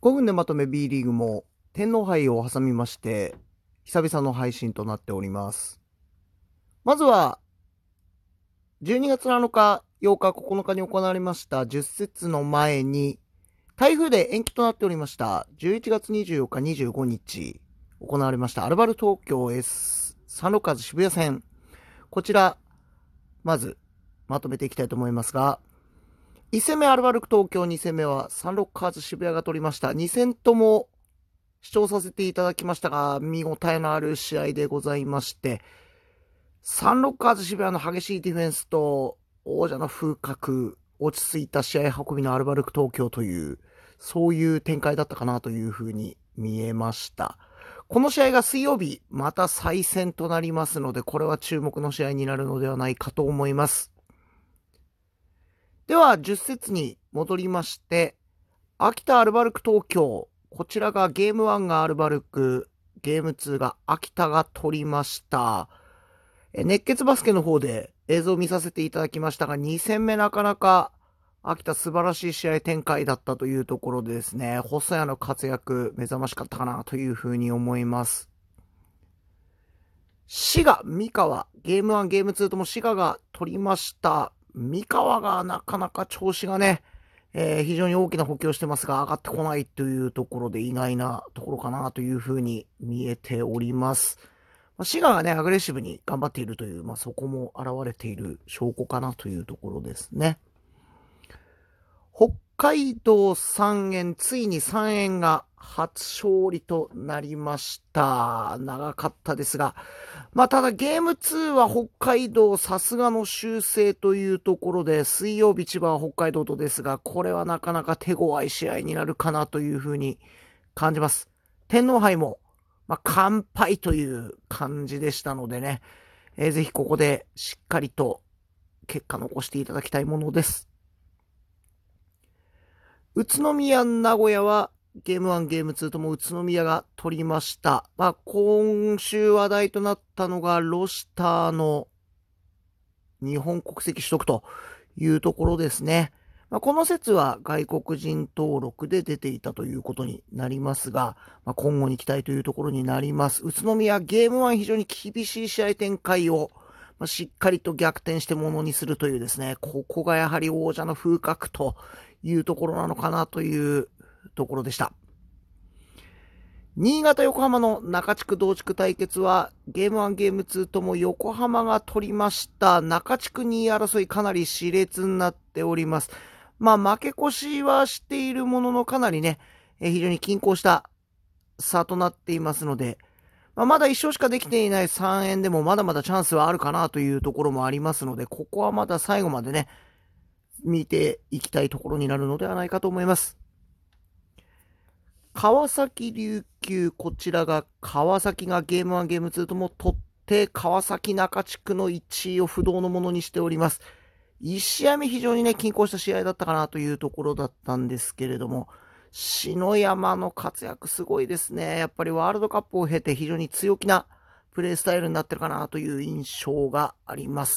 5分でまとめ B リーグも天皇杯を挟みまして久々の配信となっております。まずは12月7日、8日、9日に行われました10節の前に台風で延期となっておりました11月24日、25日行われましたアルバル東京 S サンロッカーズ渋谷戦。こちら、まずまとめていきたいと思いますが、1戦目アルバルク東京、2戦目はサンロッカーズ渋谷が取りました。2戦とも視聴させていただきましたが、見応えのある試合でございまして、サンロッカーズ渋谷の激しいディフェンスと王者の風格、落ち着いた試合運びのアルバルク東京という、そういう展開だったかなというふうに見えました。この試合が水曜日、また再戦となりますので、これは注目の試合になるのではないかと思います。では、10節に戻りまして、秋田アルバルク東京、こちらがゲーム1がアルバルク、ゲーム2が秋田が取りました。熱血バスケの方で映像を見させていただきましたが、2戦目なかなか秋田素晴らしい試合展開だったというところでですね、細谷の活躍目覚ましかったかなというふうに思います。滋賀、三河、ゲーム1、ゲーム2とも滋賀が取りました。三河がなかなか調子がね、非常に大きな補強してますが上がってこないというところで意外なところかなというふうに見えております。滋賀がね、アグレッシブに頑張っているという、そこも現れている証拠かなというところですね。北海道3円、ついに3円が初勝利となりました。長かったですが、ただゲーム2は北海道さすがの修正というところで、水曜日千葉は北海道とですが、これはなかなか手強い試合になるかなというふうに感じます。天皇杯も、完敗という感じでしたのでね、ぜひここでしっかりと結果残していただきたいものです。宇都宮、名古屋はゲーム1、ゲーム2とも宇都宮が取りました。今週話題となったのがロシターの日本国籍取得というところですね。この説は外国人登録で出ていたということになりますが、今後に期待というところになります。宇都宮ゲーム1非常に厳しい試合展開をしっかりと逆転してものにするというですね、ここがやはり王者の風格というところなのかなというところでした。新潟横浜の中地区同地区対決はゲーム1ゲーム2とも横浜が取りました。中地区2位争いかなり熾烈になっております。負け越しはしているもののかなりね、非常に均衡した差となっていますので、まだ1勝しかできていない3円でもまだまだチャンスはあるかなというところもありますので、ここはまだ最後までね、見ていきたいところになるのではないかと思います。川崎琉球、こちらが川崎がゲーム1ゲーム2とも取って川崎中地区の1位を不動のものにしております。1試合目非常にね均衡した試合だったかなというところだったんですけれども、篠山の活躍すごいですね。やっぱりワールドカップを経て非常に強気なプレースタイルになってるかなという印象があります。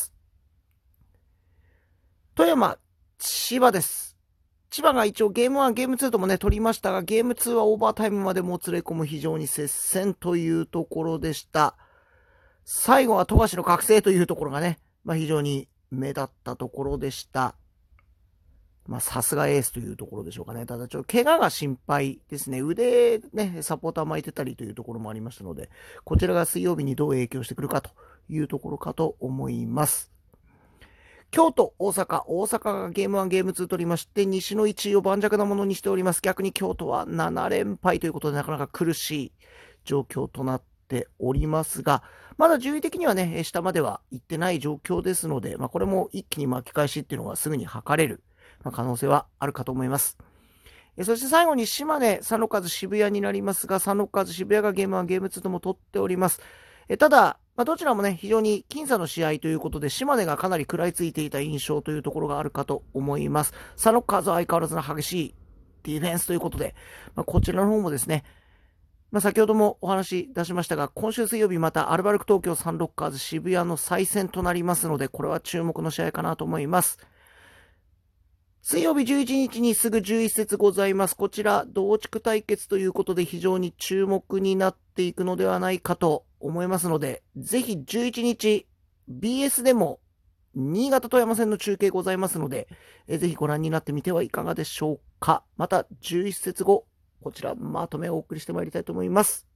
富山、千葉です。千葉が一応ゲーム1、ゲーム2ともね、取りましたが、ゲーム2はオーバータイムまでもつれ込む非常に接戦というところでした。最後は富樫の覚醒というところがね、非常に目立ったところでした。さすがエースというところでしょうかね。ただ怪我が心配ですね。腕ね、サポーター巻いてたりというところもありましたので、こちらが水曜日にどう影響してくるかというところかと思います。京都、大阪がゲーム1、ゲーム2取りまして、西の1位を盤石なものにしております。逆に京都は7連敗ということで、なかなか苦しい状況となっておりますが、まだ順位的にはね、下までは行ってない状況ですので、これも一気に巻き返しっていうのがすぐに測れる、可能性はあるかと思います。そして最後に島根、サンロッカーズ渋谷になりますが、サンロッカーズ渋谷がゲーム1、ゲーム2とも取っております。ただ、どちらもね、非常に僅差の試合ということで、島根がかなり食らいついていた印象というところがあるかと思います。サンロッカーズは相変わらずの激しいディフェンスということで、こちらの方もですね、先ほどもお話出しましたが、今週水曜日またアルバルク東京サンロッカーズ渋谷の再戦となりますので、これは注目の試合かなと思います。 水曜日11日にすぐ11節ございます。こちら、同地区対決ということで非常に注目になっていくのではないかと思いますので、ぜひ11日、BS でも新潟富山戦の中継ございますので、ぜひご覧になってみてはいかがでしょうか。また11節後、こちらまとめをお送りしてまいりたいと思います。